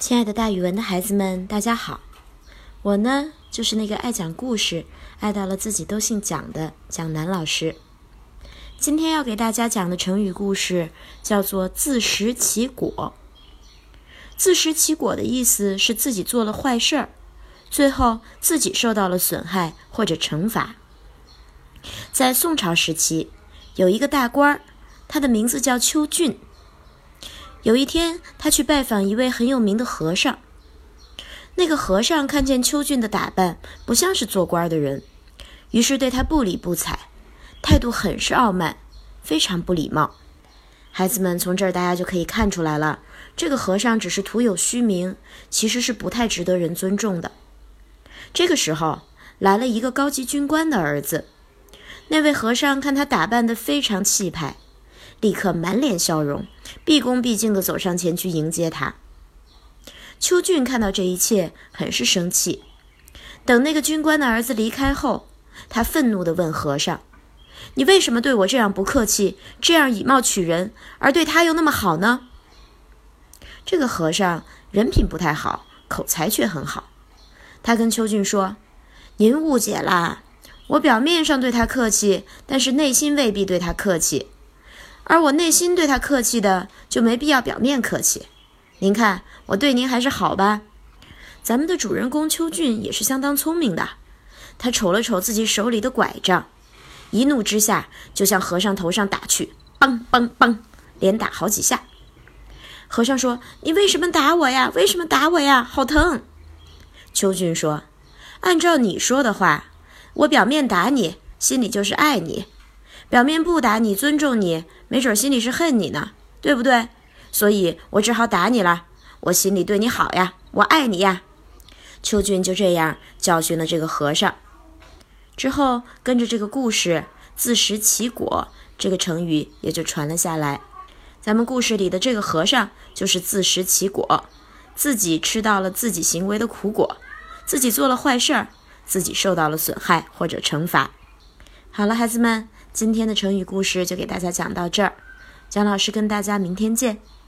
亲爱的大语文的孩子们，大家好！我呢，就是那个爱讲故事、爱到了自己都姓蒋的蒋楠老师。今天要给大家讲的成语故事叫做自食其果。自食其果的意思是自己做了坏事儿，最后自己受到了损害或者惩罚。在宋朝时期，有一个大官，他的名字叫邱俊。有一天，他去拜访一位很有名的和尚。那个和尚看见邱俊的打扮不像是做官的人，于是对他不理不睬，态度很是傲慢，非常不礼貌。孩子们，从这儿大家就可以看出来了，这个和尚只是徒有虚名，其实是不太值得人尊重的。这个时候，来了一个高级军官的儿子。那位和尚看他打扮得非常气派，立刻满脸笑容，毕恭毕敬地走上前去迎接他。邱俊看到这一切，很是生气。等那个军官的儿子离开后，他愤怒地问和尚：“你为什么对我这样不客气，这样以貌取人，而对他又那么好呢？”这个和尚人品不太好，口才却很好。他跟邱俊说：“您误解啦，我表面上对他客气，但是内心未必对他客气。而我内心对他客气的，就没必要表面客气。您看，我对您还是好吧？”咱们的主人公邱俊也是相当聪明的，他瞅了瞅自己手里的拐杖，一怒之下就向和尚头上打去，梆梆梆，连打好几下。和尚说：“你为什么打我呀？为什么打我呀？好疼！”邱俊说：“按照你说的话，我表面打你，心里就是爱你；表面不打你，尊重你，没准心里是恨你呢，对不对？所以我只好打你了，我心里对你好呀，我爱你呀。”邱俊就这样教训了这个和尚。之后跟着这个故事自食其果这个成语也就传了下来。咱们故事里的这个和尚就是自食其果，自己吃到了自己行为的苦果，自己做了坏事儿，自己受到了损害或者惩罚。好了，孩子们，今天的成语故事就给大家讲到这儿，蒋老师跟大家明天见。